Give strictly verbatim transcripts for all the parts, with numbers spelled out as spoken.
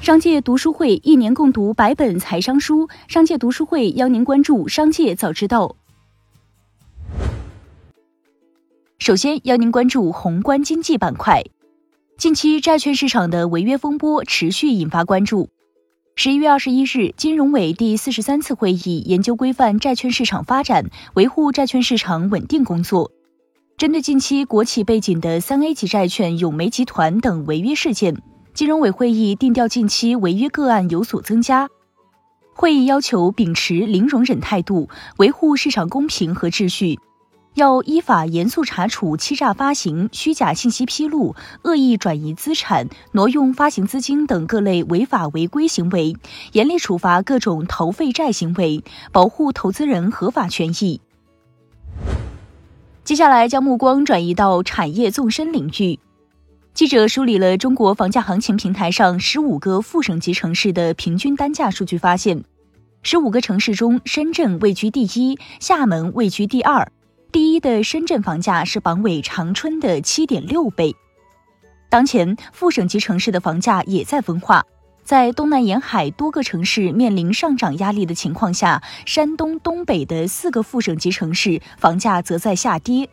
商界读书会一年共读百本财商书，商界读书会邀您关注商界早知道。首先邀您关注宏观经济板块。近期债券市场的违约风波持续引发关注。十一月二十一日，金融委第四十三次会议研究规范债券市场发展，维护债券市场稳定工作。针对近期国企背景的三 A 级债券永煤集团等违约事件，金融委会议定调近期违约个案有所增加。会议要求秉持零容忍态度，维护市场公平和秩序，要依法严肃查处欺诈发行、虚假信息披露、恶意转移资产、挪用发行资金等各类违法违规行为，严厉处罚各种逃废债行为，保护投资人合法权益。接下来将目光转移到产业纵深领域。记者梳理了中国房价行情平台上十五个副省级城市的平均单价数据，发现十五个城市中，深圳位居第一，厦门位居第二。第一的深圳房价是榜尾长春的 七点六 倍。当前副省级城市的房价也在分化，在东南沿海多个城市面临上涨压力的情况下，山东东北的四个副省级城市房价则在下跌。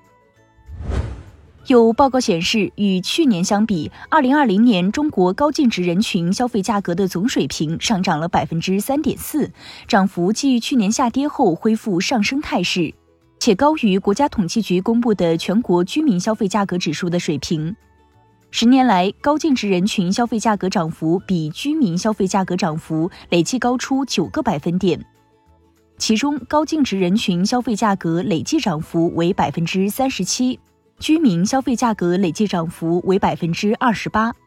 有报告显示，与去年相比，二零二零年中国高净值人群消费价格的总水平上涨了 百分之三点四， 涨幅继去年下跌后恢复上升态势，且高于国家统计局公布的全国居民消费价格指数的水平。十年来，高净值人群消费价格涨幅比居民消费价格涨幅累计高出九个百分点，其中高净值人群消费价格累计涨幅为 百分之三十七，居民消费价格累计涨幅为 百分之二十八。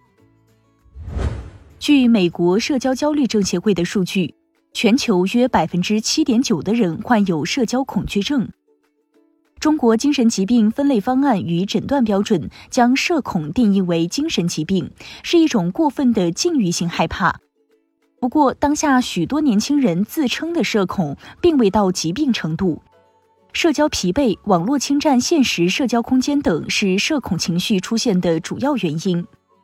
据美国社交焦虑症协会的数据，全球约 百分之七点九 的人患有社交恐惧症。中国精神疾病分类方案与诊断标准将社恐定义为精神疾病，是一种过分的禁欲性害怕。不过，当下许多年轻人自称的社恐并未到疾病程度。社交疲惫、网络侵占现实社交空间等是社恐情绪出现的主要原因。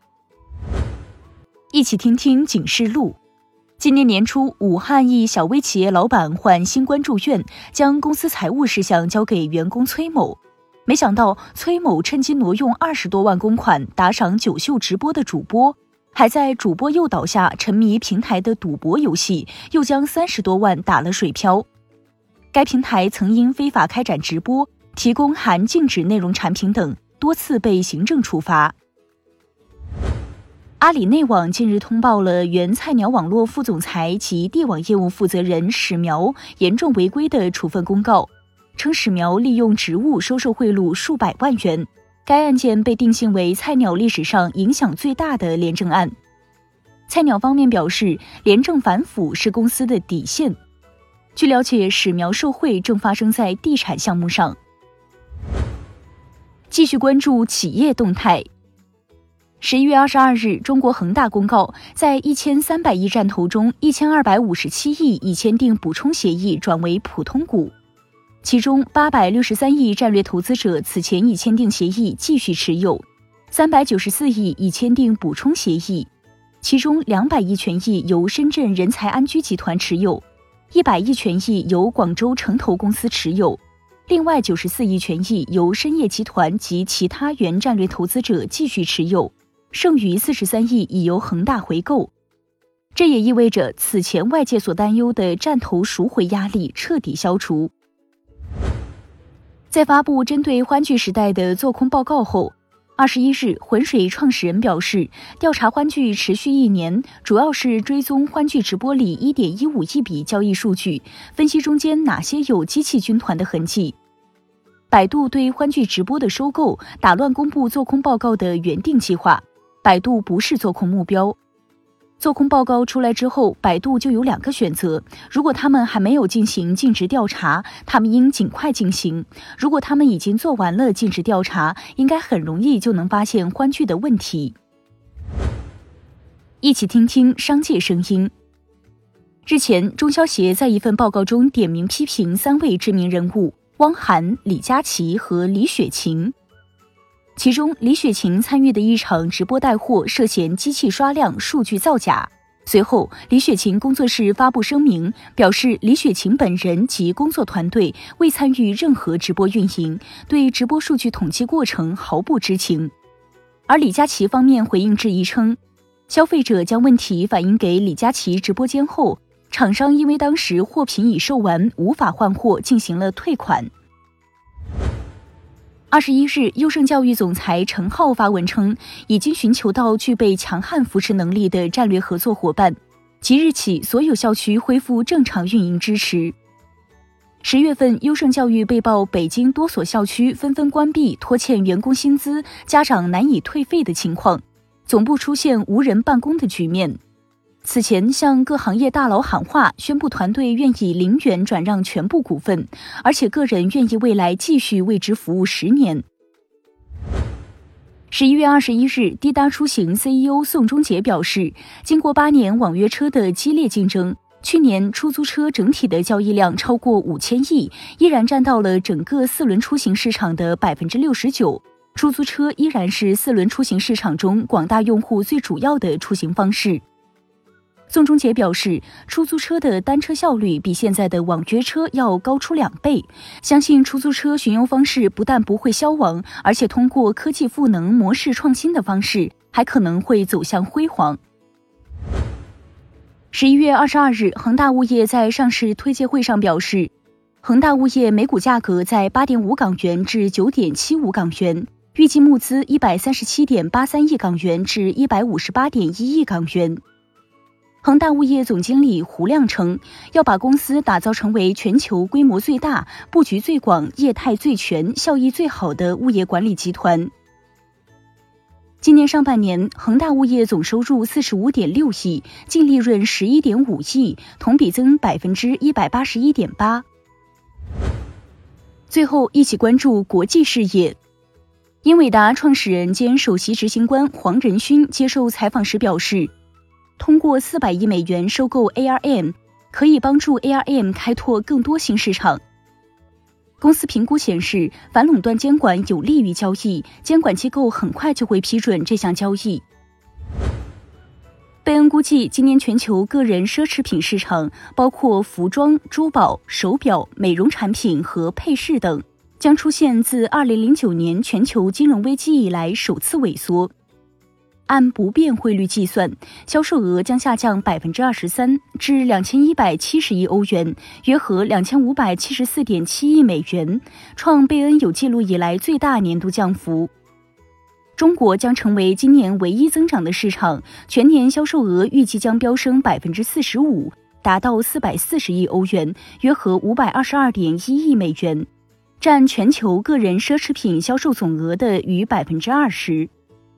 一起听听警示录。今年年初，武汉一小微企业老板患新冠住院，将公司财务事项交给员工崔某。没想到，崔某趁机挪用二十多万公款，打赏九秀直播的主播，还在主播诱导下沉迷平台的赌博游戏，又将三十多万打了水漂。该平台曾因非法开展直播、提供含禁止内容产品等，多次被行政处罚。阿里内网近日通报了原菜鸟网络副总裁及地网业务负责人史苗严重违规的处分公告，称史苗利用职务收受贿赂数百万元。该案件被定性为菜鸟历史上影响最大的廉政案。菜鸟方面表示，廉政反腐是公司的底线。据了解，史苗受贿正发生在地产项目上。继续关注企业动态。十一月二十二日，中国恒大公告，在一千三百亿战投中，一千二百五十七亿已签订补充协议转为普通股，其中八百六十三亿战略投资者此前已签订协议继续持有，三百九十四亿已签订补充协议，其中两百亿权益由深圳人才安居集团持有，一百亿权益由广州城投公司持有，另外九十四亿权益由深业集团及其他原战略投资者继续持有，剩余四十三亿已由恒大回购。这也意味着此前外界所担忧的战投赎回压力彻底消除。在发布针对欢聚时代的做空报告后，二十一日，浑水创始人表示，调查欢聚持续一年，主要是追踪欢聚直播里 一点一五亿笔交易数据，分析中间哪些有机器军团的痕迹。百度对欢聚直播的收购打乱公布做空报告的原定计划，百度不是做空目标。做空报告出来之后，百度就有两个选择，如果他们还没有进行尽职调查，他们应尽快进行；如果他们已经做完了尽职调查，应该很容易就能发现欢聚的问题。一起听听商界声音。日前，中消协在一份报告中点名批评三位知名人物汪涵、李佳琦和李雪琴。 其中，李雪琴参与的一场直播带货涉嫌机器刷量、数据造假。随后，李雪琴工作室发布声明，表示李雪琴本人及工作团队未参与任何直播运营，对直播数据统计过程毫不知情。而李佳琦方面回应质疑称，消费者将问题反映给李佳琦直播间后，厂商因为当时货品已售完，无法换货，进行了退款。二十一日，优胜教育总裁陈浩发文称，已经寻求到具备强悍扶持能力的战略合作伙伴，即日起所有校区恢复正常运营支持。十月份，优胜教育被曝北京多所校区纷纷关闭，拖欠员工薪资，家长难以退费的情况，总部出现无人办公的局面。此前向各行业大佬喊话，宣布团队愿意零元转让全部股份，而且个人愿意未来继续为之服务十年。十一月二十一日，滴答出行 C E O 宋忠杰表示，经过八年网约车的激烈竞争，去年出租车整体的交易量超过五千亿，依然占到了整个四轮出行市场的百分之六十九。出租车依然是四轮出行市场中广大用户最主要的出行方式。宋忠杰表示，出租车的单车效率比现在的网约车要高出两倍，相信出租车巡游方式不但不会消亡，而且通过科技赋能、模式创新的方式，还可能会走向辉煌。十一月二十二日，恒大物业在上市推介会上表示，恒大物业每股价格在 八点五港元至 九点七五港元，预计募资 一百三十七点八三亿港元至 一百五十八点一亿港元。恒大物业总经理胡亮称，要把公司打造成为全球规模最大、布局最广、业态最全、效益最好的物业管理集团。今年上半年，恒大物业总收入 四十五点六亿，净利润 十一点五亿，同比增 百分之一百八十一点八。最后，一起关注国际事业。英伟达创始人兼首席执行官黄仁勋接受采访时表示，通过四百亿美元收购 A R M， 可以帮助 A R M 开拓更多新市场。公司评估显示，反垄断监管有利于交易，监管机构很快就会批准这项交易。贝恩估计，今年全球个人奢侈品市场，包括服装、珠宝、手表、美容产品和配饰等，将出现自二零零九年全球金融危机以来首次萎缩。按不变汇率计算，销售额将下降 百分之二十三 至两千一百七十亿欧元，约合 两千五百七十四点七亿美元，创贝恩有记录以来最大年度降幅。中国将成为今年唯一增长的市场，全年销售额预计将飙升 百分之四十五， 达到四百四十亿欧元，约合 五百二十二点一亿美元，占全球个人奢侈品销售总额的逾 百分之二十。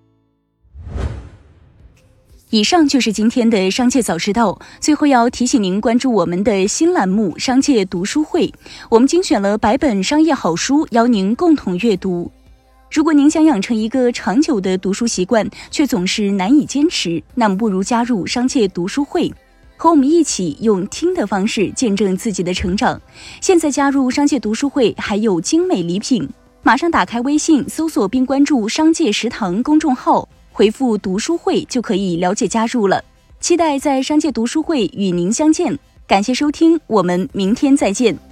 以上就是今天的商界早知道，最后要提醒您关注我们的新栏目商界读书会，我们精选了百本商业好书，邀您共同阅读。如果您想养成一个长久的读书习惯，却总是难以坚持，那么不如加入商界读书会，和我们一起用听的方式见证自己的成长。现在加入商界读书会还有精美礼品，马上打开微信搜索并关注商界食堂公众号，回复读书会就可以了解加入了。期待在商界读书会与您相见，感谢收听，我们明天再见。